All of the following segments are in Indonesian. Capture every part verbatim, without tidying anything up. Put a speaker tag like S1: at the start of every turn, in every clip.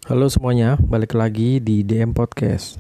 S1: Halo semuanya, balik lagi di D M Podcast.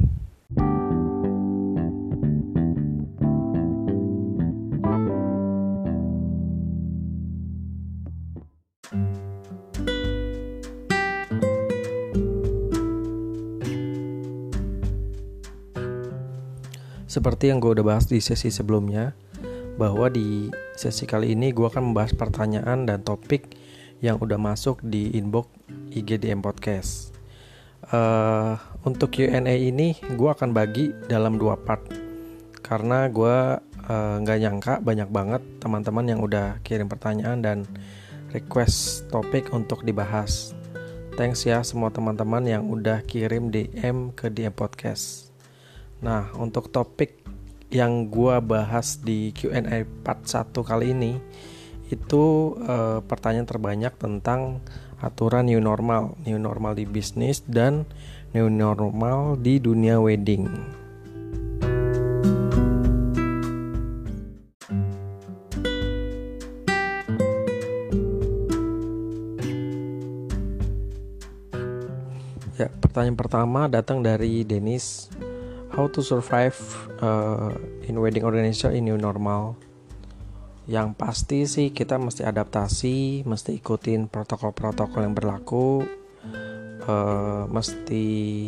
S1: Seperti yang gue udah bahas di sesi sebelumnya, bahwa di sesi kali ini gue akan membahas pertanyaan dan topik yang udah masuk di inbox I G D M Podcast. uh, Untuk Q and A ini gue akan bagi dalam dua part, karena gue uh, gak nyangka banyak banget teman-teman yang udah kirim pertanyaan dan request topik untuk dibahas. Thanks ya semua teman-teman yang udah kirim D M ke D M Podcast. Nah, untuk topik yang gue bahas di Q and A part satu kali ini, itu uh, pertanyaan terbanyak tentang aturan new normal, new normal di bisnis dan new normal di dunia wedding. Ya, pertanyaan pertama datang dari Dennis. How to survive uh, in wedding organization in new normal? Yang pasti sih kita mesti adaptasi, mesti ikutin protokol-protokol yang berlaku, uh, mesti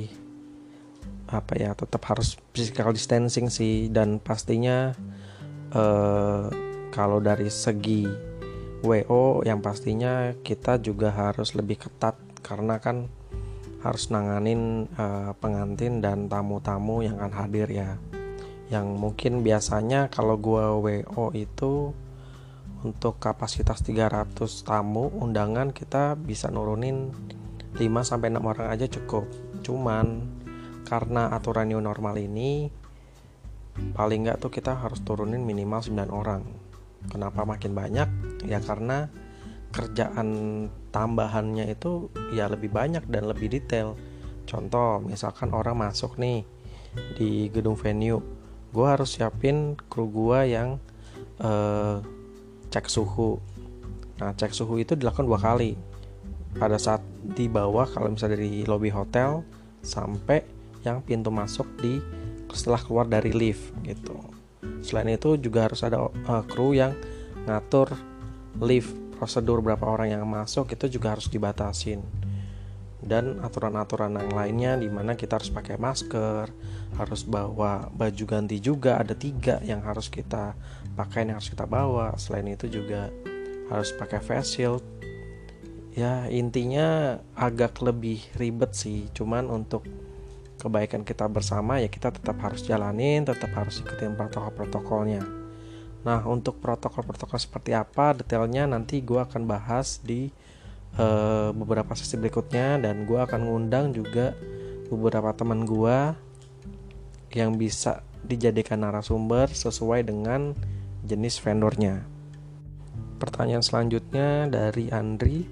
S1: apa ya, tetap harus physical distancing sih, dan pastinya uh, kalau dari segi W O yang pastinya kita juga harus lebih ketat, karena kan harus nanganin uh, pengantin dan tamu-tamu yang akan hadir ya. Yang mungkin biasanya kalau gua W O itu untuk kapasitas tiga ratus tamu undangan, kita bisa nurunin lima sampai enam orang aja cukup. Cuman karena aturan new normal ini, paling enggak tuh kita harus turunin minimal sembilan orang. Kenapa makin banyak? Ya karena kerjaan tambahannya itu ya lebih banyak dan lebih detail. Contoh, misalkan orang masuk nih di gedung venue, gue harus siapin kru gue yang uh, cek suhu. Nah, cek suhu itu dilakukan dua kali, pada saat di bawah kalau misalnya dari lobby hotel sampai yang pintu masuk di setelah keluar dari lift gitu. Selain itu juga harus ada uh, kru yang ngatur lift, prosedur berapa orang yang masuk itu juga harus dibatasin, dan aturan-aturan yang lainnya di mana kita harus pakai masker, harus bawa baju ganti juga, ada tiga yang harus kita pakai, yang harus kita bawa. Selain itu juga harus pakai face shield. Ya intinya agak lebih ribet sih, cuman untuk kebaikan kita bersama ya kita tetap harus jalanin, tetap harus ikutin protokol-protokolnya. Nah, untuk protokol-protokol seperti apa detailnya nanti gue akan bahas di uh, beberapa sesi berikutnya, dan gue akan ngundang juga beberapa teman gue yang bisa dijadikan narasumber sesuai dengan jenis vendornya. Pertanyaan selanjutnya dari Andri.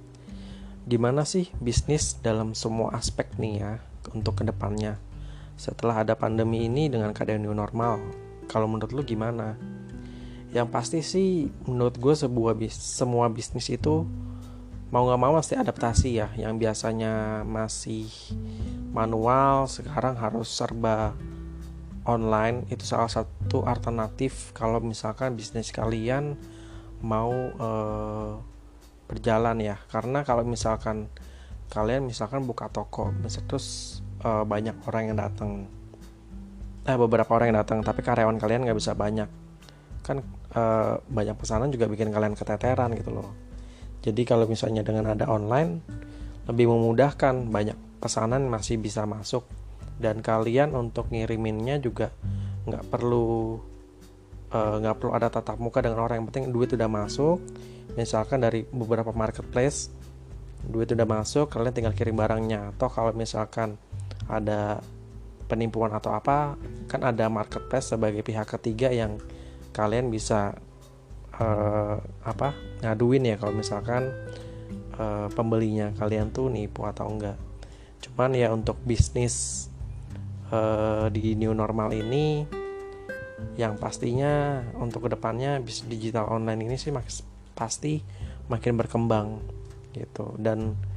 S1: Gimana sih bisnis dalam semua aspek nih ya untuk kedepannya setelah ada pandemi ini dengan keadaan new normal? Kalau menurut lu gimana? Yang pasti sih menurut gue sebuah bis, semua bisnis itu mau gak mau pasti adaptasi ya. Yang biasanya masih manual sekarang harus serba online. Itu salah satu alternatif kalau misalkan bisnis kalian mau eh, berjalan ya. Karena kalau misalkan kalian misalkan buka toko, misal terus eh, banyak orang yang datang, eh beberapa orang yang datang tapi karyawan kalian gak bisa banyak, kan uh, banyak pesanan juga bikin kalian keteteran gitu loh. Jadi kalau misalnya dengan ada online lebih memudahkan, banyak pesanan masih bisa masuk, dan kalian untuk ngiriminnya juga nggak perlu nggak uh, perlu ada tatap muka dengan orang. Yang penting duit udah masuk, misalkan dari beberapa marketplace duit udah masuk, kalian tinggal kirim barangnya. Atau kalau misalkan ada penipuan atau apa, kan ada marketplace sebagai pihak ketiga yang kalian bisa uh, apa ngaduin ya kalau misalkan uh, pembelinya kalian tuh nipu atau enggak. Cuman ya untuk bisnis uh, di new normal ini, yang pastinya untuk kedepannya bisnis digital online ini sih mak- pasti makin berkembang gitu. Dan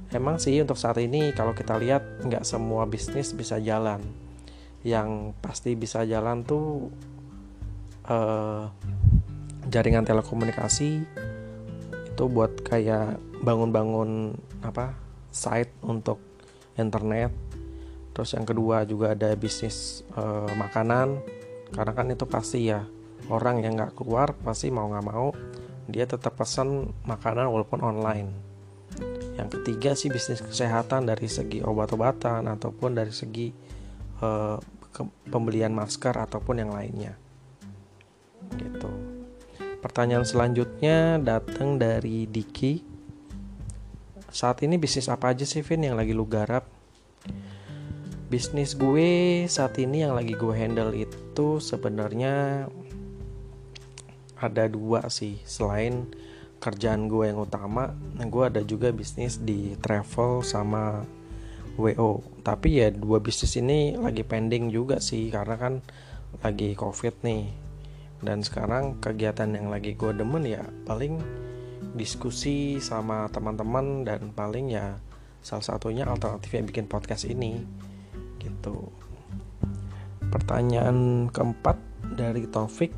S1: emang sih untuk saat ini kalau kita lihat nggak semua bisnis bisa jalan. Yang pasti bisa jalan tuh eh, jaringan telekomunikasi, itu buat kayak bangun-bangun apa site untuk internet. Terus yang kedua juga ada bisnis eh, makanan, karena kan itu pasti ya orang yang nggak keluar pasti mau nggak mau dia tetap pesan makanan walaupun online. Yang ketiga sih bisnis kesehatan dari segi obat-obatan ataupun dari segi uh, ke- pembelian masker ataupun yang lainnya. Gitu. Pertanyaan selanjutnya datang dari Diki. Saat ini bisnis apa aja sih Vin yang lagi lu garap? Bisnis gue saat ini yang lagi gue handle itu sebenarnya ada dua sih. Selain kerjaan gue yang utama, gue ada juga bisnis di travel sama W O. Tapi ya dua bisnis ini lagi pending juga sih, karena kan lagi covid nih. Dan sekarang kegiatan yang lagi gue demen ya paling diskusi sama teman-teman, dan paling ya salah satunya alternatifnya bikin podcast ini gitu. Pertanyaan keempat dari Taufik,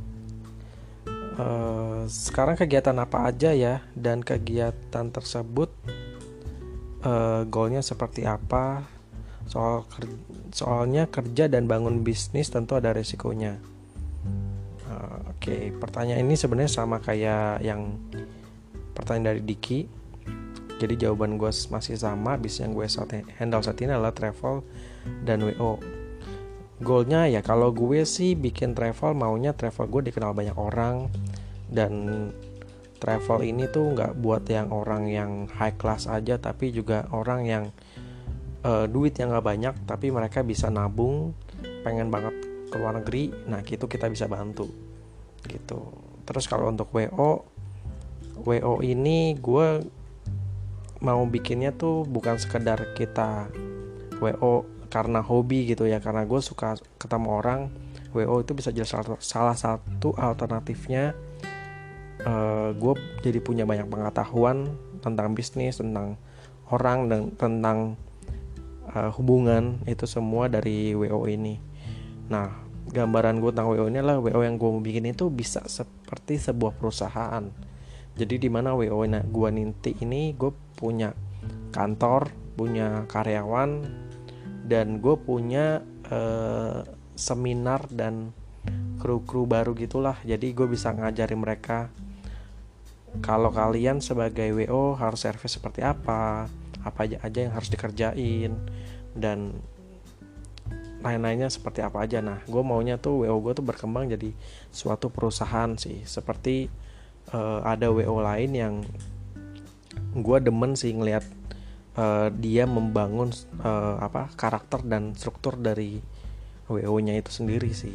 S1: Uh, sekarang kegiatan apa aja ya, dan kegiatan tersebut uh, goalnya seperti apa? Soal ker- soalnya kerja dan bangun bisnis tentu ada resikonya. Uh, Oke, okay. Pertanyaan ini sebenarnya sama kayak yang pertanyaan dari Diki. Jadi jawaban gue masih sama. Bisnis yang gue handle saat ini adalah travel dan W O. Goalnya ya kalau gue sih bikin travel, maunya travel gue dikenal banyak orang. Dan travel ini tuh gak buat yang orang yang high class aja, tapi juga orang yang uh, duit yang gak banyak tapi mereka bisa nabung, pengen banget ke luar negeri. Nah gitu kita bisa bantu gitu. Terus kalau untuk W O W O ini gue mau bikinnya tuh bukan sekedar kita W O karena hobi gitu ya, karena gue suka ketemu orang. W O itu bisa jadi salah satu alternatifnya uh, gue jadi punya banyak pengetahuan tentang bisnis, tentang orang, dan tentang uh, hubungan, itu semua dari W O ini. Nah gambaran gue tentang W O ini adalah W O yang gue mau bikin itu bisa seperti sebuah perusahaan. Jadi di mana W O gue ninti ini gue punya kantor, punya karyawan, dan gue punya uh, seminar dan kru-kru baru gitulah. Jadi gue bisa ngajarin mereka, kalau kalian sebagai W O harus service seperti apa, apa aja aja yang harus dikerjain, dan lain-lainnya seperti apa aja. Nah gue maunya tuh W O gue tuh berkembang jadi suatu perusahaan sih. Seperti uh, ada W O lain yang gue demen sih ngelihat Uh, dia membangun uh, apa karakter dan struktur dari W O-nya itu sendiri sih.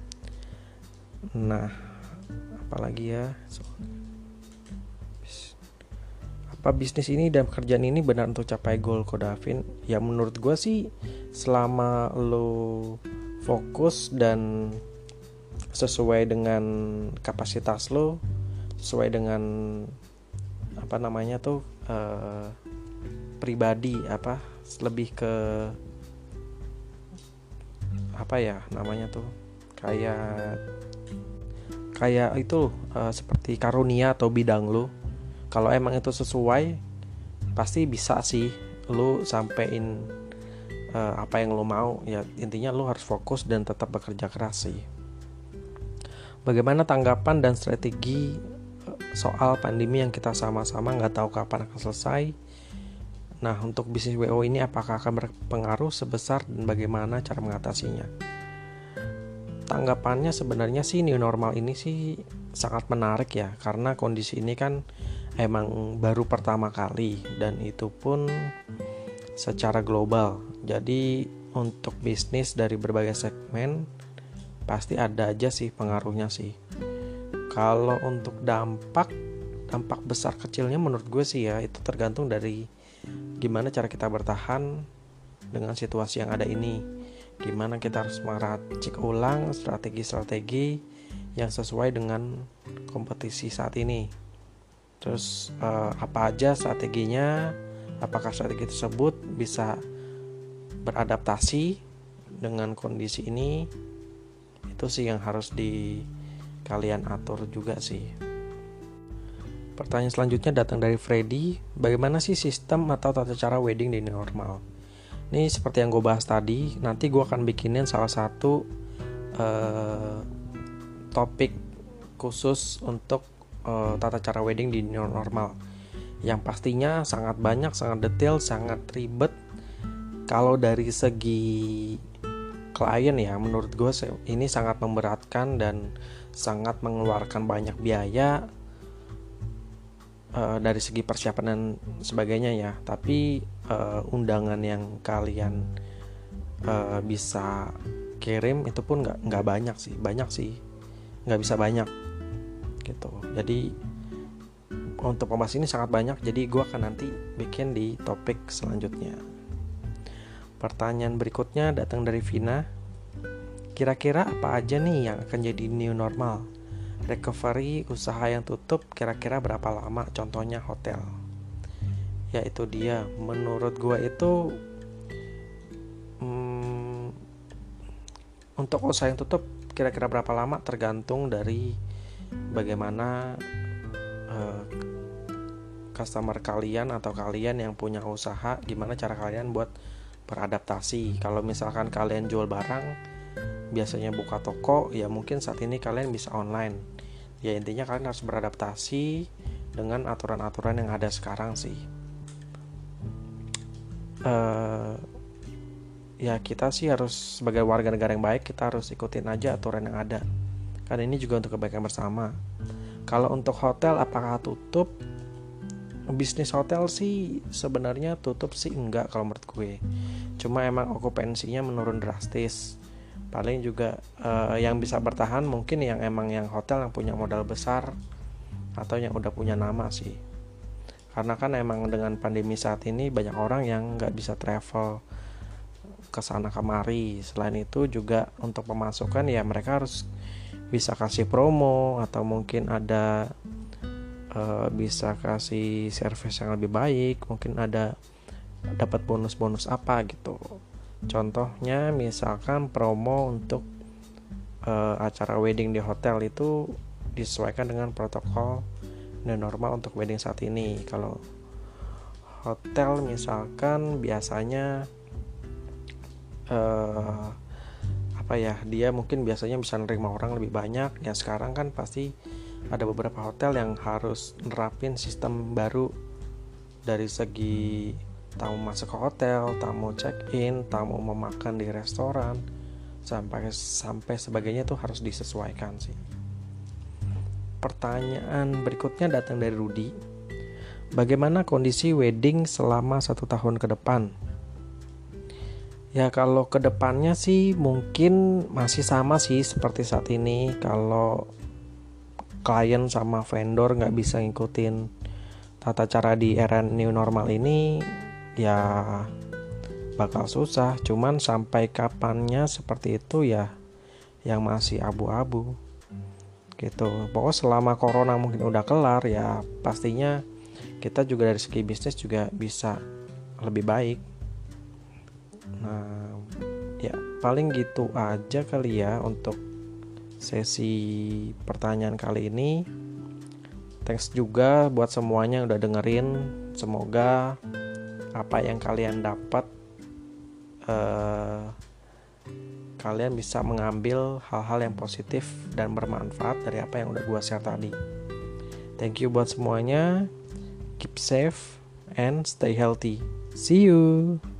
S1: Nah, apalagi ya? So, apa bisnis ini dan pekerjaan ini benar untuk capai goal Kodavin? Ya menurut gue sih selama lo fokus dan sesuai dengan kapasitas lo, sesuai dengan apa namanya tuh uh, pribadi, apa lebih ke apa ya namanya tuh kayak kayak itu uh, seperti karunia atau bidang lu. Kalau emang itu sesuai, pasti bisa sih lu sampein uh, apa yang lu mau. Ya intinya lu harus fokus dan tetap bekerja keras sih. Bagaimana tanggapan dan strategi soal pandemi yang kita sama-sama nggak tahu kapan akan selesai? Nah, untuk bisnis W O ini apakah akan berpengaruh sebesar dan bagaimana cara mengatasinya? Tanggapannya sebenarnya sih new normal ini sih sangat menarik ya, karena kondisi ini kan emang baru pertama kali, dan itu pun secara global. Jadi untuk bisnis dari berbagai segmen pasti ada aja sih pengaruhnya sih. Kalau untuk dampak dampak besar kecilnya menurut gue sih ya itu tergantung dari gimana cara kita bertahan dengan situasi yang ada ini. Gimana kita harus meracik ulang strategi-strategi yang sesuai dengan kompetisi saat ini. Terus uh, apa aja strateginya, apakah strategi tersebut bisa beradaptasi dengan kondisi ini. Itu sih yang harus di kalian atur juga sih. Pertanyaan selanjutnya datang dari Freddy. Bagaimana sih sistem atau tata cara wedding di new normal? Ini seperti yang gue bahas tadi. Nanti gue akan bikinin salah satu uh, topik khusus untuk uh, tata cara wedding di new normal, yang pastinya sangat banyak, sangat detail, sangat ribet. Kalau dari segi klien ya, menurut gue ini sangat memberatkan dan sangat mengeluarkan banyak biaya uh, dari segi persiapan dan sebagainya ya. Tapi uh, undangan yang kalian uh, bisa kirim itu pun nggak nggak banyak sih, banyak sih nggak bisa banyak gitu. Jadi untuk pembahas ini sangat banyak, jadi gue akan nanti bikin di topik selanjutnya. Pertanyaan berikutnya datang dari Vina. Kira-kira apa aja nih yang akan jadi new normal? Recovery usaha yang tutup kira-kira berapa lama? Contohnya hotel. Ya itu dia, menurut gue itu hmm, untuk usaha yang tutup kira-kira berapa lama tergantung dari bagaimana uh, customer kalian atau kalian yang punya usaha, gimana cara kalian buat beradaptasi. Kalau misalkan kalian jual barang, biasanya buka toko, ya mungkin saat ini kalian bisa online. Ya intinya kalian harus beradaptasi dengan aturan-aturan yang ada sekarang sih. Uh, ya kita sih harus sebagai warga negara yang baik, kita harus ikutin aja aturan yang ada. Karena ini juga untuk kebaikan bersama. Kalau untuk hotel apakah tutup? Bisnis hotel sih sebenarnya tutup sih enggak kalau menurut gue. Cuma emang okupansinya menurun drastis. Paling juga uh, yang bisa bertahan mungkin yang emang yang hotel yang punya modal besar atau yang udah punya nama sih. Karena kan emang dengan pandemi saat ini banyak orang yang nggak bisa travel ke sana kemari. Selain itu juga untuk pemasukan ya mereka harus bisa kasih promo atau mungkin ada Uh, bisa kasih service yang lebih baik, mungkin ada dapat bonus-bonus apa gitu. Contohnya misalkan promo untuk uh, acara wedding di hotel itu disesuaikan dengan protokol dan normal untuk wedding saat ini. Kalau hotel misalkan biasanya uh, apa ya, dia mungkin biasanya bisa nerima orang lebih banyak. Ya sekarang kan pasti ada beberapa hotel yang harus nerapin sistem baru dari segi tamu masuk ke hotel, tamu check-in, tamu memakan di restoran, sampai sampai sebagainya tuh harus disesuaikan sih. Pertanyaan berikutnya datang dari Rudi. Bagaimana kondisi wedding selama satu tahun ke depan? Ya kalau ke depannya sih mungkin masih sama sih seperti saat ini. Kalau klien sama vendor nggak bisa ngikutin tata cara di era new normal ini, ya bakal susah. Cuman sampai kapannya seperti itu ya yang masih abu-abu gitu. Pokoknya selama corona mungkin udah kelar, ya pastinya kita juga dari segi bisnis juga bisa lebih baik. Nah ya paling gitu aja kali ya untuk sesi pertanyaan kali ini. Thanks juga buat semuanya yang udah dengerin. Semoga apa yang kalian dapat uh, kalian bisa mengambil hal-hal yang positif dan bermanfaat dari apa yang udah gue share tadi. Thank you buat semuanya. Keep safe and stay healthy. See you.